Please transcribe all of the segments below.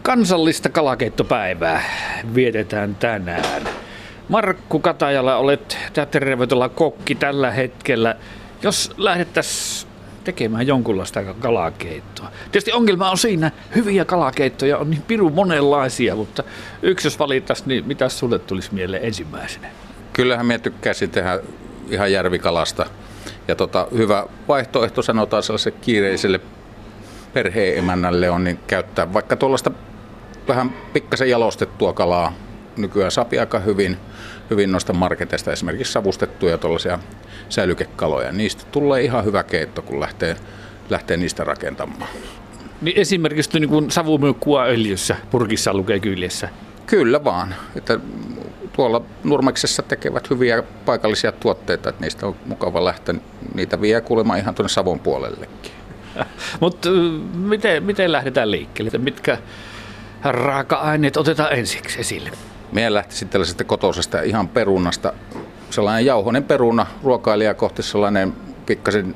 Kansallista kalakeittopäivää vietetään tänään. Markku Katajala, olet tervetuloa kokki tällä hetkellä. Jos lähdettäisiin tekemään jonkunlaista kalakeittoa. Tietysti ongelma on siinä, hyviä kalakeittoja on niin pirun monenlaisia, mutta yksi jos valittaisiin, niin mitä sulle tulisi mieleen ensimmäisenä? Kyllähän minä tykkäisin tehdä ihan järvikalasta. Ja hyvä vaihtoehto sanotaan sellaiselle kiireiselle perheen-emännälle on niin käyttää vaikka tuollaista vähän pikkasen jalostettua kalaa. Nykyään saa aika hyvin noista marketeista esimerkiksi savustettuja tuollaisia säilykekaloja. Niistä tulee ihan hyvä keitto, kun lähtee niistä rakentamaan. Niin esimerkiksi niin kuin savumyrkkua öljyssä purkissa lukee kyljessä. Kyllä vaan. Että tuolla Nurmeksessa tekevät hyviä paikallisia tuotteita, että niistä on mukava lähteä. Niitä vie kuulemma ihan tuonne Savon puolellekin. Mutta miten lähdetään liikkeelle? Mitkä raaka-aineet otetaan ensiksi esille? Meidän lähtisin tällaisesta kotoisesta ihan perunasta. Sellainen jauhoinen peruna, ruokailija kohti sellainen pikkasen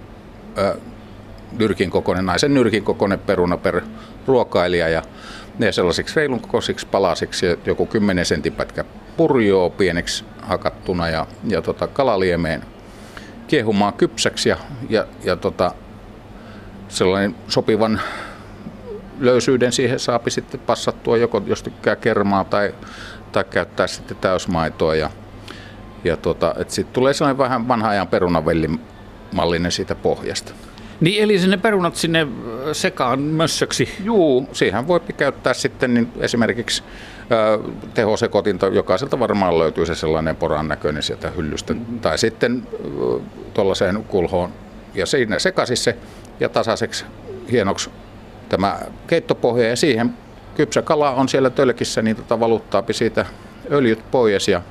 naisen nyrkin kokoinen peruna per ruokailija. Ja ne sellaisiksi reilun kokoisiksi palasiksi, joku 10 sentin pätkä purjoa pieneksi hakattuna ja kalaliemeen kiehumaan kypsäksi ja sellainen sopivan löysyyden siihen saapi sitten passattua, joko jos tykkää kermaa tai käyttää sitten täysmaitoa. Ja sitten tulee sellainen vähän vanhan ajan perunavellimallinen siitä pohjasta. Niin eli sinne perunat sinne sekaan mössöksi? Juu, siihen voi käyttää sitten niin esimerkiksi tehosekotinta, jokaiselta varmaan löytyy se sellainen poran näköinen sieltä hyllystä. Tai sitten tuollaiseen kulhoon ja siinä sekaisin se ja tasaiseksi hienoksi tämä keittopohja ja siihen kypsä kala on siellä tölkissä, niin valuttaapi siitä öljyt pois ja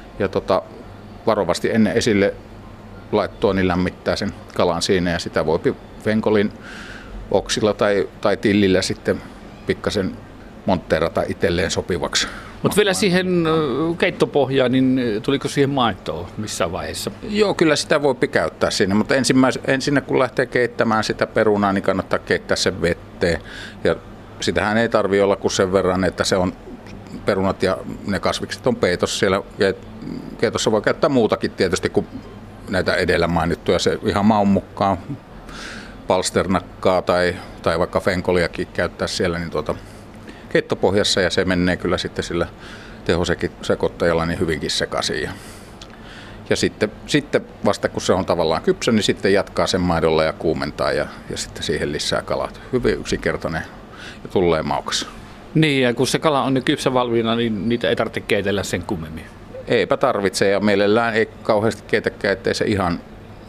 varovasti ennen esille laittoa, niin lämmittää sen kalan siinä ja sitä voi venkolin oksilla tai tillillä sitten pikkasen montteerata itselleen sopivaksi. Mutta vielä siihen keittopohjaan, niin tuliko siihen maitoa missään vaiheessa? Joo, kyllä sitä voi käyttää siinä, mutta ensin kun lähtee keittämään sitä perunaa, niin kannattaa keittää sen vetteen. Ja sitähän ei tarvitse olla kuin sen verran, että se on perunat ja ne kasvikset on peitossa siellä. Keitossa voi käyttää muutakin tietysti kuin näitä edellä mainittuja, se ihan maun mukaan palsternakkaa tai vaikka fenkoliakin käyttää siellä niin keittopohjassa ja se menee kyllä sitten sillä tehosekoittajalla niin hyvinkin sekaisin. Ja sitten vasta kun se on tavallaan kypsä, niin sitten jatkaa sen maidolla ja kuumentaa ja sitten siihen lisää kalat. Hyvin yksinkertainen ja tulee maukas. Niin ja kun se kala on jo kypsä valmiina, niin niitä ei tarvitse keitellä sen kummemmin. Eipä tarvitse ja mielellään ei kauheasti keitäkään, ettei se ihan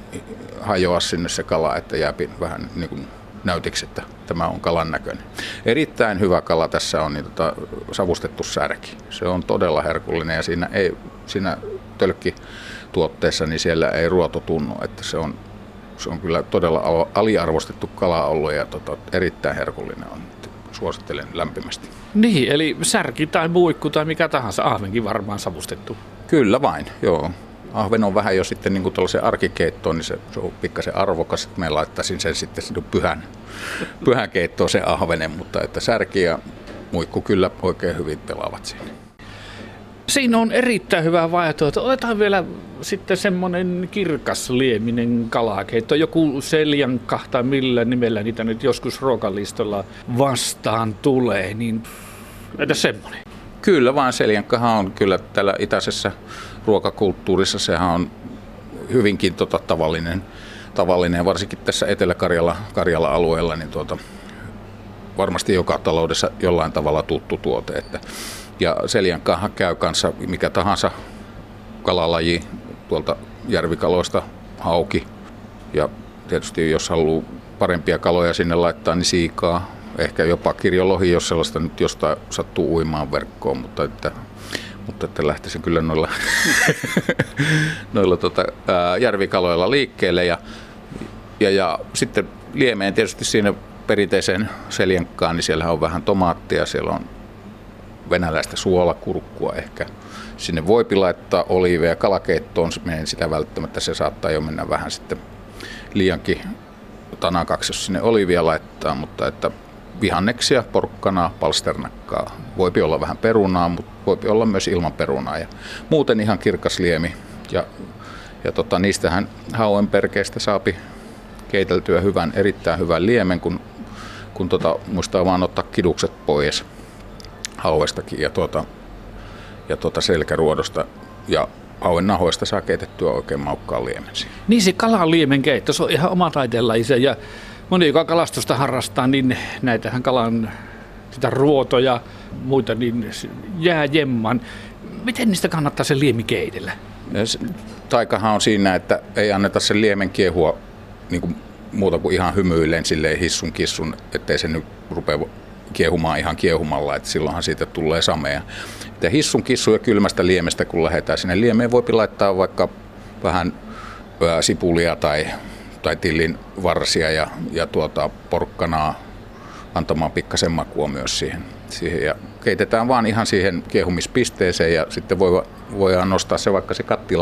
hajoa sinne se kala, että jääpi vähän niin kuin näytiksi, että tämä on kalan näköinen. Erittäin hyvä kala tässä on niin savustettu särki. Se on todella herkullinen ja siinä tölkkituotteessa niin siellä ei ruoto tunnu, että se on kyllä todella aliarvostettu kala ollut ja erittäin herkullinen on. Suosittelen lämpimästi. Niin, eli särki tai muikku tai mikä tahansa, ahvenkin varmaan savustettu. Kyllä vain, joo. Ahven on vähän jo sitten niin kuin tuollaisen arkikeittoon, niin se on pikkasen arvokas, että me laittaisin sen sitten pyhän keittoon sen ahvenen, mutta että särki ja muikku kyllä oikein hyvin pelaavat siinä. Siinä on erittäin hyvä vaihtoehto. Otetaan vielä sitten semmoinen kirkaslieminen kalakeitto, joku seljankka tai millä nimellä niitä nyt joskus ruokalistolla vastaan tulee, niin entäs semmoinen? Kyllä vaan seljankkahan on kyllä täällä itäisessä ruokakulttuurissa, sehän on hyvinkin tavallinen, varsinkin tässä Etelä-Karjala-alueella, niin varmasti joka taloudessa jollain tavalla tuttu tuote. Ja seljankkahan käy kanssa mikä tahansa kalalaji tuolta järvikaloista, hauki. Ja tietysti jos haluaa parempia kaloja sinne laittaa, niin siikaa. Ehkä jopa kirjolohi, jos sellaista nyt jostain sattuu uimaan verkkoon, mutta että lähtisin kyllä noilla järvikaloilla liikkeelle. Ja sitten liemeen tietysti siinä perinteiseen seljankkaan, niin siellä on vähän tomaattia, siellä on venäläistä suolakurkkua ehkä. Sinne voipi laittaa oliiveja kalakeittoon, en sitä välttämättä, se saattaa jo mennä vähän sitten liiankin tanakaksi, jos sinne oliivia laittaa, mutta että vihanneksia, porkkanaa, palsternakkaa. Voipi olla vähän perunaa, mutta voipi olla myös ilman perunaa. Ja muuten ihan kirkas liemi. Ja niistähän hauen perkeistä saapi keiteltyä erittäin hyvän liemen, kun muistaa vaan ottaa kidukset pois hauestakin ja selkäruodosta. Ja hauen nahoista saa keitettyä oikein maukkaan liemen. Niin se kalanliemen keitto, se on ihan oma taiteenlajinsa ja moni, joka kalastusta harrastaa, niin näitähän kalan sitä ruotoja ja muita, niin jää jemman. Miten niistä kannattaa se liemi keitellä? Taikahan on siinä, että ei anneta sen liemen kiehua niin kuin muuta kuin ihan hymyilleen silleen hissun kissun, ettei se nyt rupea kiehumaan ihan kiehumalla, että silloinhan siitä tulee samea. Ja hissun kissu ja kylmästä liemestä kun lähdetään sinne liemeen, voi laittaa vaikka vähän sipulia tai tillin varsia ja porkkanaa antamaan pikkasen makua myös siihen. Ja keitetään vaan ihan siihen kiehumispisteeseen ja sitten voidaan nostaa se vaikka se kattila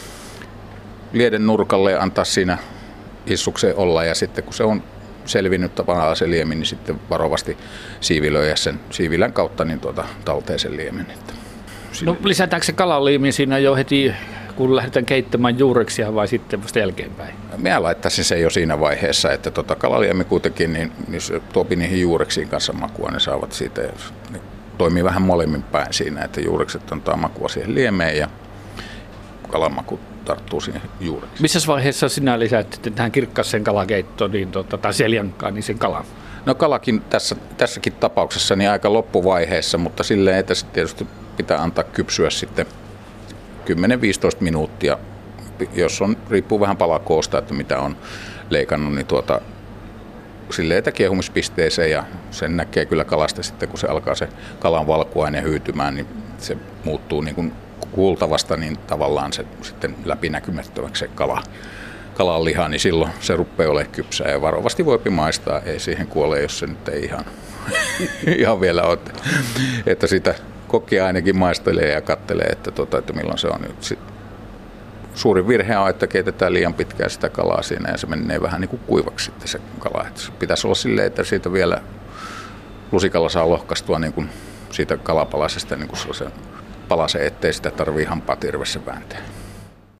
lieden nurkalle ja antaa siinä hissukseen olla ja sitten kun se on selvinnyt tavallaan se liemi, niin sitten varovasti siivilöjä sen siivilän kautta niin talteen sen liemen. No lisätäänkö se kalanliemi siinä jo heti, kun lähdetään keittämään juureksia vai sitten vasta jälkeenpäin? Minä laittaisin sen jo siinä vaiheessa, että kalaliemi kuitenkin niin se tuopi niihin juureksiin kanssa makua, ne saavat siitä ja ne toimii vähän molemmin päin siinä, että juurekset antaa makua siihen liemeen ja kalamaku tarttuu siihen juureksi. Missä vaiheessa sinä lisät tähän kirkkaaseen kalakeittoon niin tai seljankkaan niin sen kalan? No kalakin tässäkin tapauksessa niin aika loppuvaiheessa, mutta silleen, että tietysti pitää antaa kypsyä sitten 10-15 minuuttia, jos riippuu vähän palakoosta, että mitä on leikannut, niin silleen, että kiehumispisteeseen ja sen näkee kyllä kalasta sitten, kun se alkaa se kalan valkuaine hyytymään, niin se muuttuu niin kuin kuultavasta, niin tavallaan se sitten läpinäkymättömäksi se kalan liha, niin silloin se rupeaa olemaan kypsää ja varovasti voipi maistaa, ei siihen kuole, jos se nyt ei ihan vielä ole, että sitä kokki ainakin maistelee ja kattelee, että milloin se on nyt. Suurin virhe on, että keitetään liian pitkään sitä kalaa siinä ja se menee vähän niin kuin kuivaksi sitten se kala. Että se pitäisi olla silleen, että siitä vielä lusikalla saa lohkaistua niin kuin siitä kalapalasesta niin kuin sellaisen palasen, ettei sitä tarvitse hampaa tirvessä vääntää.